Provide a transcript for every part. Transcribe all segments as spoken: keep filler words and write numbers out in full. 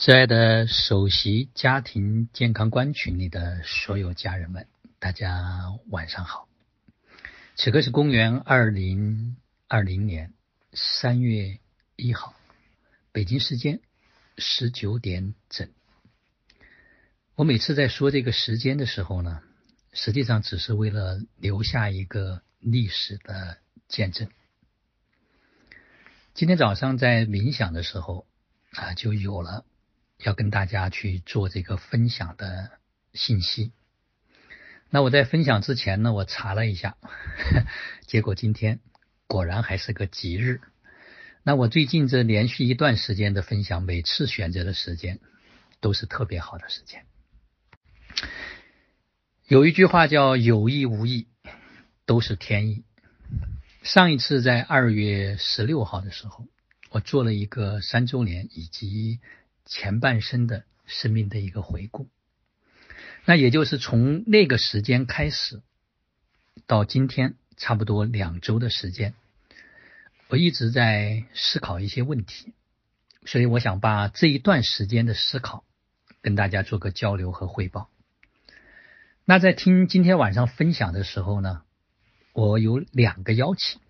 亲爱的首席家庭健康观群里的所有家人们，大家晚上好。此刻是公元二零二零年三月一号，北京时间十九点整。我每次在说这个时间的时候呢，实际上只是为了留下一个历史的见证。今天早上在冥想的时候啊，就有了要跟大家去做这个分享的信息。那我在分享之前呢，我查了一下，呵呵结果今天果然还是个吉日。那我最近这连续一段时间的分享，每次选择的时间都是特别好的时间。有一句话叫有意无意都是天意。上一次在二月十六号的时候，我做了一个三周年以及前半生的生命的一个回顾。那也就是从那个时间开始到今天差不多两周的时间，我一直在思考一些问题，所以我想把这一段时间的思考跟大家做个交流和汇报。那在听今天晚上分享的时候呢，我有两个邀请。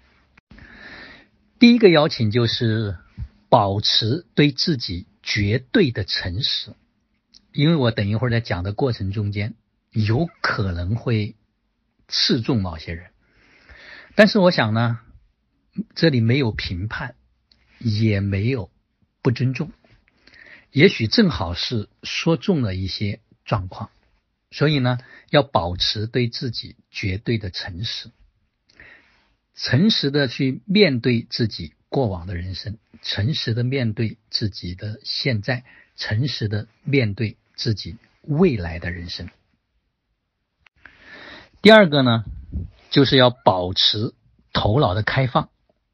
第一个邀请就是保持对自己绝对的诚实，因为我等一会儿在讲的过程中间有可能会刺中某些人，但是我想呢，这里没有评判，也没有不尊重，也许正好是说中了一些状况，所以呢，要保持对自己绝对的诚实，诚实的去面对自己过往的人生，诚实的面对自己的现在，诚实的面对自己未来的人生。第二个呢，就是要保持头脑的开放。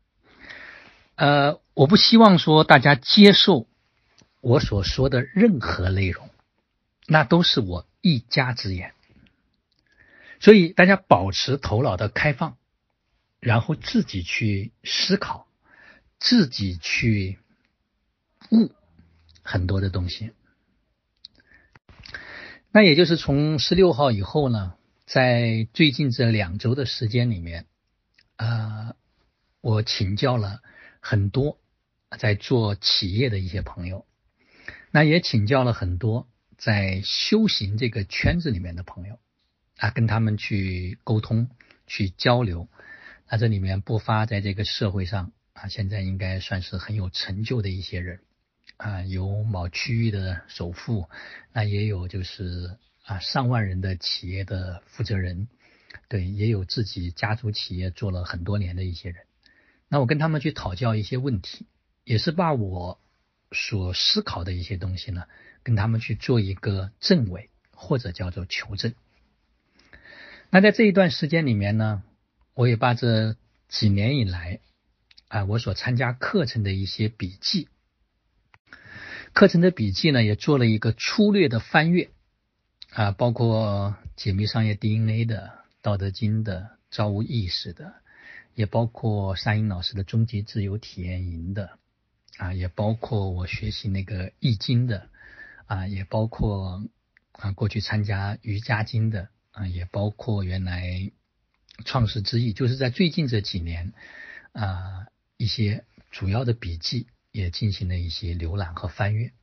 呃，我不希望说大家接受我所说的任何内容，那都是我一家之言。所以大家保持头脑的开放，然后自己去思考，自己去悟很多的东西。那也就是从十六号以后呢，在最近这两周的时间里面，呃，我请教了很多在做企业的一些朋友，那也请教了很多在修行这个圈子里面的朋友啊，跟他们去沟通去交流。那这里面不乏在这个社会上啊，现在应该算是很有成就的一些人啊，有某区域的首富，那也有就是啊上万人的企业的负责人，对，也有自己家族企业做了很多年的一些人。那我跟他们去讨教一些问题，也是把我所思考的一些东西呢，跟他们去做一个证伪，或者叫做求证。那在这一段时间里面呢，我也把这几年以来啊，我所参加课程的一些笔记，课程的笔记呢，也做了一个粗略的翻阅啊，包括解密商业 D N A 的、道德经的、造物意识的，也包括沙鹰老师的终极自由体验营的啊，也包括我学习那个易经的啊，也包括啊过去参加瑜伽经的啊，也包括原来创世之意，就是在最近这几年啊，一些主要的笔记也进行了一些浏览和翻阅。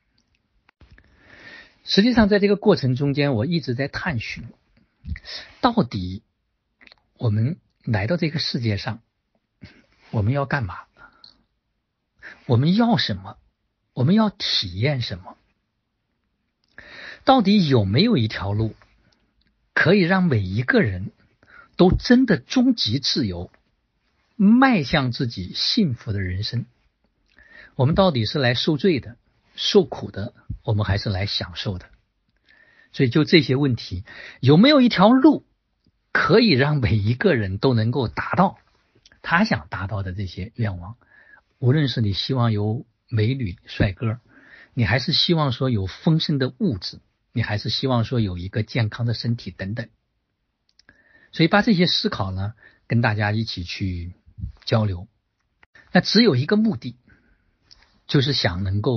实际上在这个过程中间，我一直在探寻，到底我们来到这个世界上，我们要干嘛？我们要什么？我们要体验什么？到底有没有一条路可以让每一个人都真的终极自由，迈向自己幸福的人生？我们到底是来受罪的、受苦的，我们还是来享受的？所以就这些问题，有没有一条路可以让每一个人都能够达到他想达到的这些愿望？无论是你希望有美女帅哥，你还是希望说有丰盛的物质，你还是希望说有一个健康的身体等等。所以把这些思考呢，跟大家一起去交流。那只有一个目的，就是想能够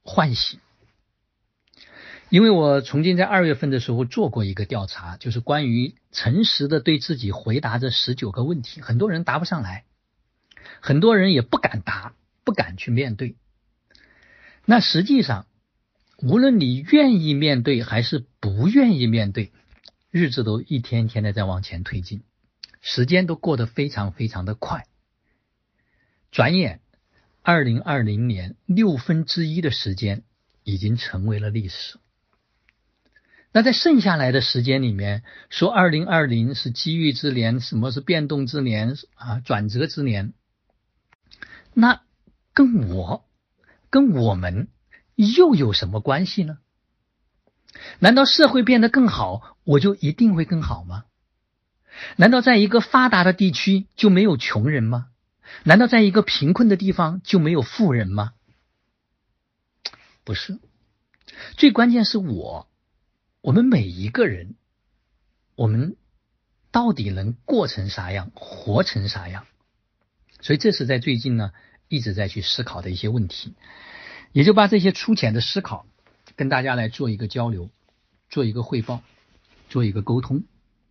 欢喜。因为我曾经在二月份的时候做过一个调查，就是关于诚实的对自己回答这十九个问题，很多人答不上来，很多人也不敢答，不敢去面对。那实际上无论你愿意面对还是不愿意面对，日子都一天天的在往前推进，时间都过得非常非常的快。转眼二零二零年六分之一的时间已经成为了历史。那在剩下来的时间里面，说二零二零是机遇之年，什么是变动之年啊，转折之年，那跟我跟我们又有什么关系呢？难道社会变得更好，我就一定会更好吗？难道在一个发达的地区就没有穷人吗？难道在一个贫困的地方就没有富人吗？不是，最关键是我我们每一个人，我们到底能过成啥样，活成啥样？所以这是在最近呢一直在去思考的一些问题，也就把这些粗浅的思考跟大家来做一个交流，做一个汇报，做一个沟通，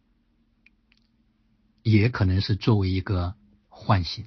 也可能是作为一个唤醒。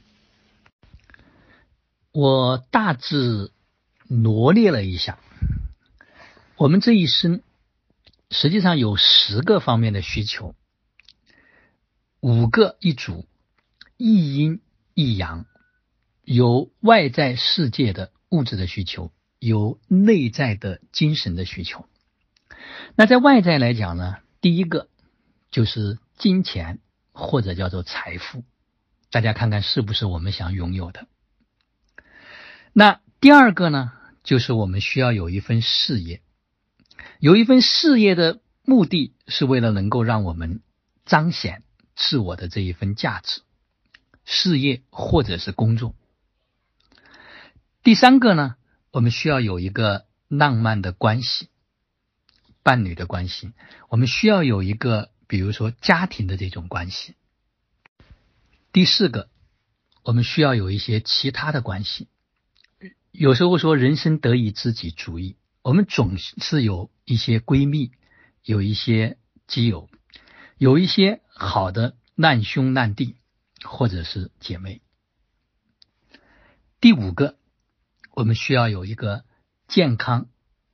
我大致罗列了一下，我们这一生实际上有十个方面的需求，五个一组，一阴一阳，有外在世界的物质的需求，有内在的精神的需求。那在外在来讲呢，第一个就是金钱或者叫做财富，大家看看是不是我们想拥有的。那第二个呢，就是我们需要有一份事业，有一份事业的目的是为了能够让我们彰显自我的这一份价值，事业或者是工作。第三个呢，我们需要有一个浪漫的关系，伴侣的关系，我们需要有一个比如说家庭的这种关系。第四个，我们需要有一些其他的关系。有时候说人生得以知己足矣，我们总是有一些闺蜜，有一些基友，有一些好的难兄难弟或者是姐妹。第五个，我们需要有一个健康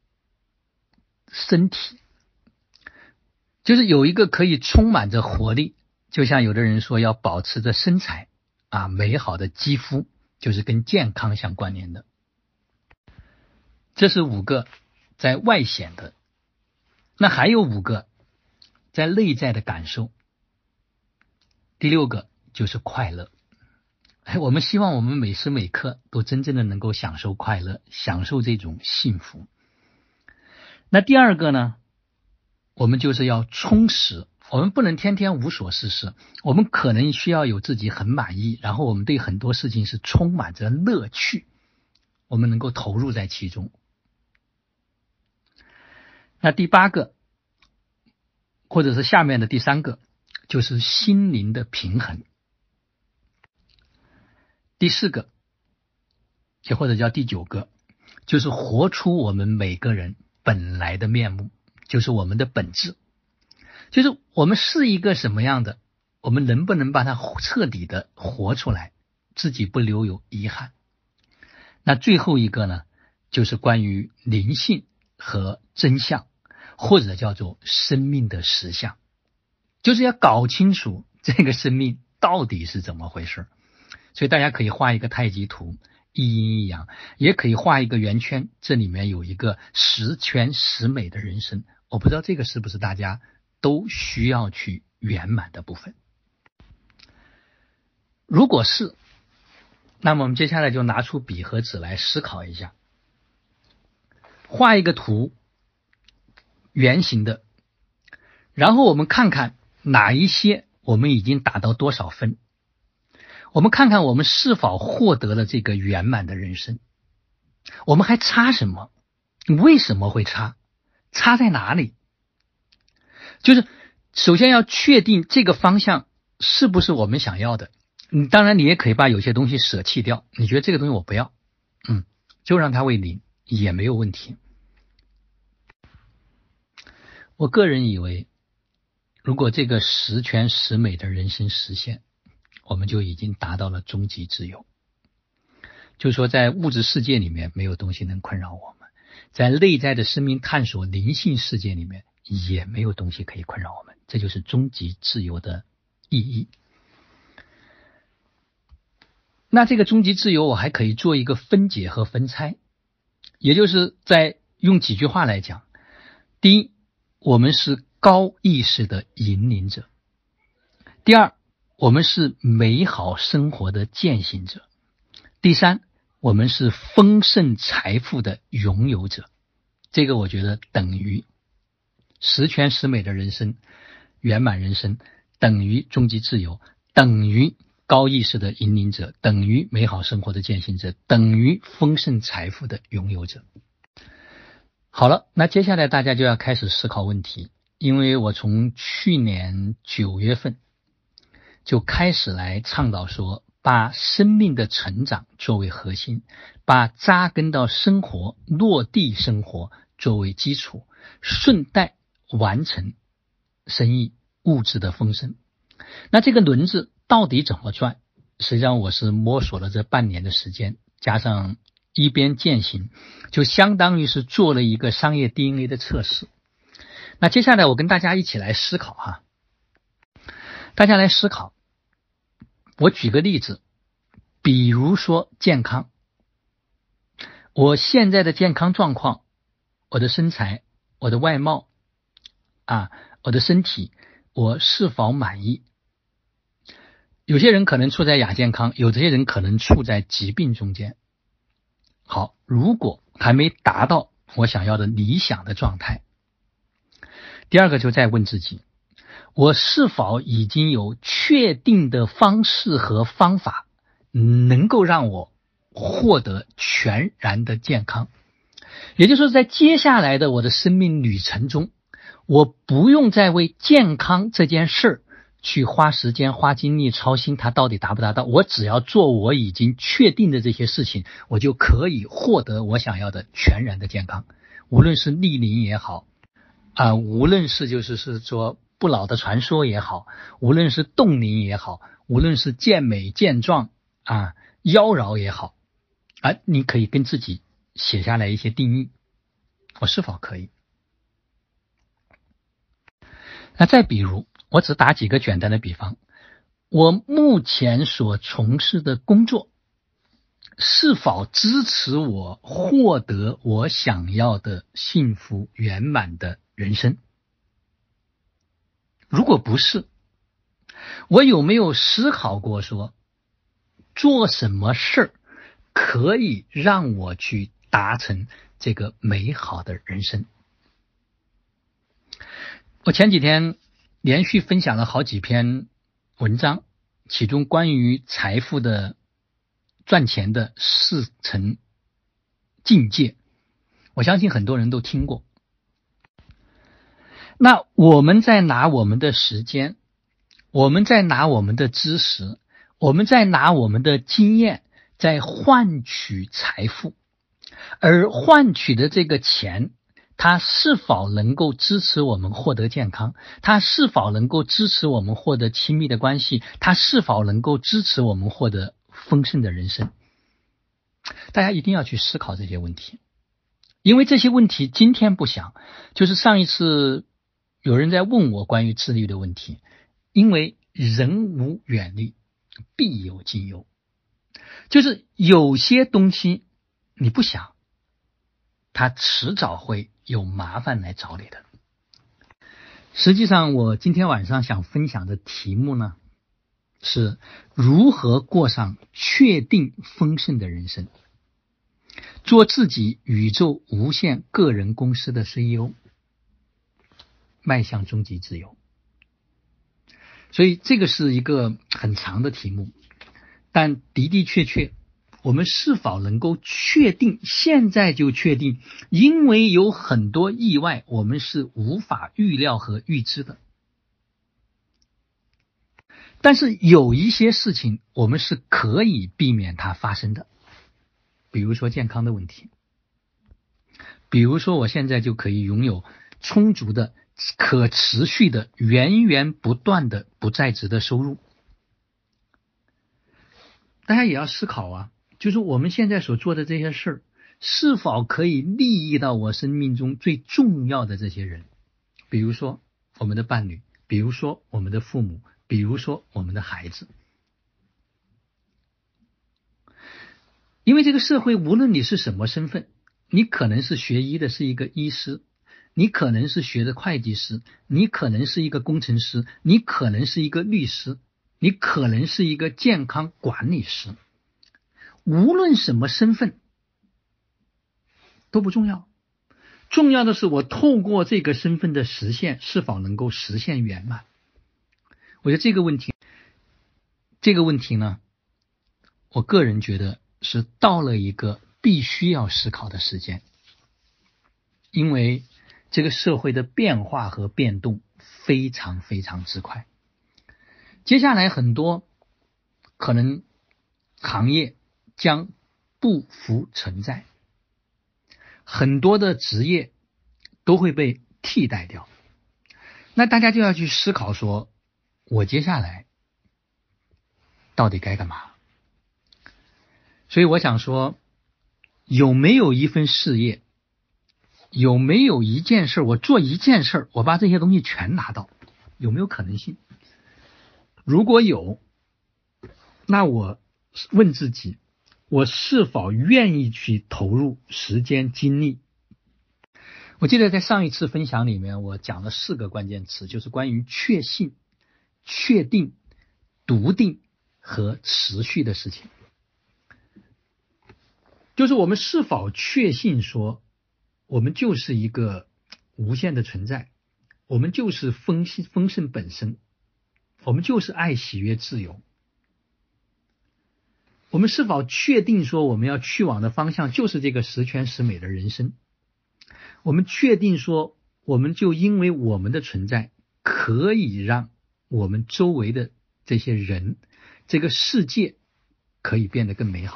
身体，就是有一个可以充满着活力，就像有的人说要保持着身材啊，美好的肌肤，就是跟健康相关联的。这是五个在外显的，那还有五个在内在的感受。第六个就是快乐，我们希望我们每时每刻都真正的能够享受快乐，享受这种幸福。那第二个呢，我们就是要充实，我们不能天天无所事事，我们可能需要有自己很满意，然后我们对很多事情是充满着乐趣，我们能够投入在其中。那第八个，或者是下面的第三个，就是心灵的平衡。第四个，也或者叫第九个，就是活出我们每个人本来的面目，就是我们的本质，就是我们是一个什么样的，我们能不能把它彻底的活出来，自己不留有遗憾。那最后一个呢，就是关于灵性和真相，或者叫做生命的实相，就是要搞清楚这个生命到底是怎么回事。所以大家可以画一个太极图，一阴一阳，也可以画一个圆圈，这里面有一个十全十美的人生。我不知道这个是不是大家都需要去圆满的部分。如果是，那么我们接下来就拿出笔和纸来思考一下，画一个图，圆形的，然后我们看看哪一些我们已经达到多少分，我们看看我们是否获得了这个圆满的人生，我们还差什么，为什么会差，差在哪里。就是首先要确定这个方向是不是我们想要的。当然你也可以把有些东西舍弃掉，你觉得这个东西我不要，嗯，就让它为零， 也没有问题。我个人以为，如果这个十全十美的人生实现，我们就已经达到了终极自由。就是说，在物质世界里面没有东西能困扰我们，在内在的生命探索灵性世界里面也没有东西可以困扰我们，这就是终极自由的意义。那这个终极自由我还可以做一个分解和分拆，也就是在用几句话来讲，第一，我们是高意识的引领者；第二，我们是美好生活的践行者；第三，我们是丰盛财富的拥有者。这个我觉得等于十全十美的人生，圆满人生，等于终极自由，等于高意识的引领者，等于美好生活的践行者，等于丰盛财富的拥有者。好了，那接下来大家就要开始思考问题，因为我从去年九月份就开始来倡导说，把生命的成长作为核心，把扎根到生活、落地生活作为基础，顺带完成生意物质的丰盛。那这个轮子到底怎么转？实际上我是摸索了这半年的时间，加上一边践行，就相当于是做了一个商业 D N A 的测试。那接下来我跟大家一起来思考哈，大家来思考。我举个例子，比如说健康，我现在的健康状况，我的身材，我的外貌啊，我的身体，我是否满意？有些人可能处在亚健康，有些人可能处在疾病中间。好，如果还没达到我想要的理想的状态，第二个就再问自己，我是否已经有确定的方式和方法能够让我获得全然的健康？也就是说，在接下来的我的生命旅程中，我不用再为健康这件事儿去花时间花精力操心它到底达不达到，我只要做我已经确定的这些事情，我就可以获得我想要的全然的健康。无论是逆龄也好啊，无论是就是是说不老的传说也好，无论是冻龄也好，无论是健美健壮啊妖娆也好啊，你可以跟自己写下来一些定义，我是否可以？那再比如，我只打几个简单的比方，我目前所从事的工作是否支持我获得我想要的幸福圆满的人生？如果不是，我有没有思考过说，做什么事儿可以让我去达成这个美好的人生？我前几天连续分享了好几篇文章，其中关于财富的赚钱的四层境界，我相信很多人都听过。那我们在拿我们的时间，我们在拿我们的知识，我们在拿我们的经验，在换取财富，而换取的这个钱，它是否能够支持我们获得健康？它是否能够支持我们获得亲密的关系？它是否能够支持我们获得丰盛的人生？大家一定要去思考这些问题，因为这些问题今天不想，就是上一次有人在问我关于自律的问题，因为人无远虑，必有近忧，就是有些东西你不想，它迟早会有麻烦来找你的。实际上我今天晚上想分享的题目呢，是如何过上确定丰盛的人生，做自己宇宙无限个人公司的 C E O， 迈向终极自由。所以这个是一个很长的题目，但的的确确我们是否能够确定，现在就确定，因为有很多意外我们是无法预料和预知的。但是有一些事情我们是可以避免它发生的，比如说健康的问题。 比如说我现在就可以拥有充足的、可持续的、源源不断的不在职的收入。大家也要思考啊，就是我们现在所做的这些事儿，是否可以利益到我生命中最重要的这些人，比如说我们的伴侣，比如说我们的父母，比如说我们的孩子。因为这个社会无论你是什么身份，你可能是学医的，是一个医师，你可能是学的会计师，你可能是一个工程师，你可能是一个律师，你可能是一个健康管理师，无论什么身份都不重要，重要的是我透过这个身份的实现是否能够实现圆满。我觉得这个问题这个问题呢，我个人觉得是到了一个必须要思考的时间，因为这个社会的变化和变动非常非常之快，接下来很多可能行业将不复存在，很多的职业都会被替代掉，那大家就要去思考说，我接下来到底该干嘛？所以我想说，有没有一份事业，有没有一件事，我做一件事，我把这些东西全拿到，有没有可能性？如果有，那我问自己，我是否愿意去投入时间精力？我记得在上一次分享里面，我讲了四个关键词，就是关于确信、确定、笃定和持续的事情。就是我们是否确信说，我们就是一个无限的存在，我们就是丰丰盛本身，我们就是爱、喜悦、自由。我们是否确定说，我们要去往的方向就是这个十全十美的人生？我们确定说，我们就因为我们的存在，可以让我们周围的这些人，这个世界可以变得更美好。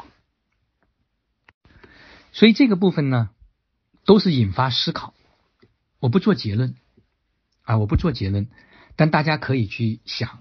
所以这个部分呢，都是引发思考。我不做结论啊，我不做结论，但大家可以去想。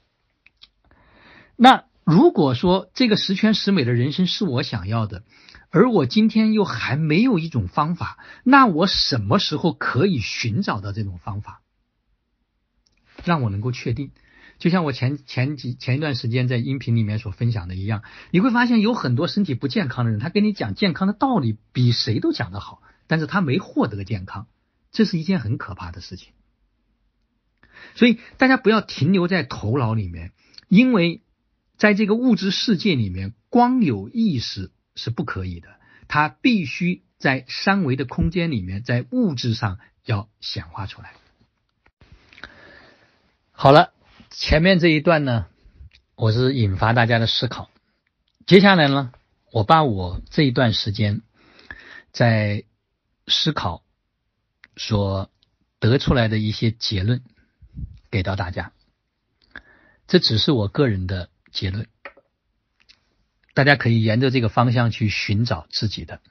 那如果说这个十全十美的人生是我想要的，而我今天又还没有一种方法，那我什么时候可以寻找到这种方法，让我能够确定？就像我前前几前一段时间在音频里面所分享的一样，你会发现有很多身体不健康的人，他跟你讲健康的道理比谁都讲得好，但是他没获得健康，这是一件很可怕的事情。所以大家不要停留在头脑里面，因为在这个物质世界里面，光有意识是不可以的，它必须在三维的空间里面，在物质上要显化出来。好了，前面这一段呢，我是引发大家的思考。接下来呢，我把我这一段时间在思考所得出来的一些结论给到大家。这只是我个人的结论，大家可以沿着这个方向去寻找自己的。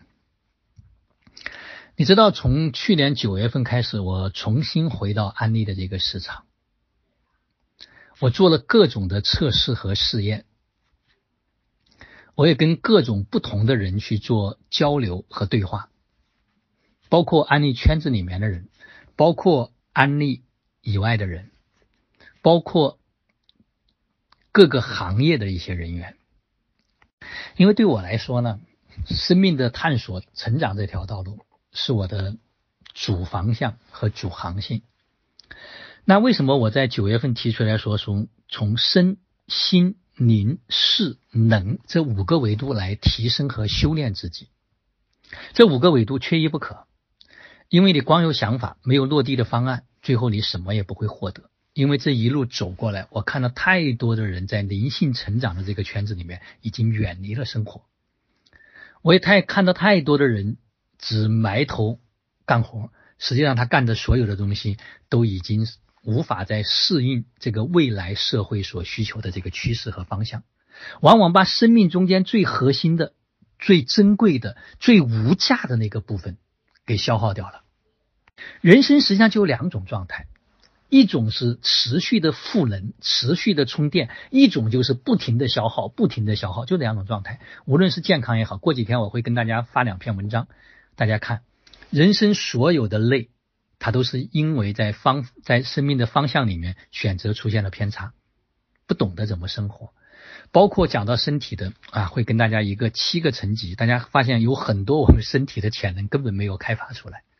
你知道，从去年九月份开始，我重新回到安利的这个市场，我做了各种的测试和试验，我也跟各种不同的人去做交流和对话，包括安利圈子里面的人，包括安利以外的人，包括各个行业的一些人员。因为对我来说呢，生命的探索成长这条道路是我的主方向和主航线。那为什么我在九月份提出来说，从从身心灵事能这五个维度来提升和修炼自己？这五个维度缺一不可，因为你光有想法，没有落地的方案，最后你什么也不会获得。因为这一路走过来，我看到太多的人在灵性成长的这个圈子里面已经远离了生活，我也太看到太多的人只埋头干活，实际上他干的所有的东西都已经无法再适应这个未来社会所需求的这个趋势和方向，往往把生命中间最核心的、最珍贵的、最无价的那个部分给消耗掉了。人生实际上就有两种状态，一种是持续的赋能，持续的充电，一种就是不停的消耗，不停的消耗，就两种状态。无论是健康也好，过几天我会跟大家发两篇文章，大家看，人生所有的累，它都是因为在方在生命的方向里面选择出现了偏差，不懂得怎么生活。包括讲到身体的啊，会跟大家一个七个层级，大家发现有很多我们身体的潜能根本没有开发出来。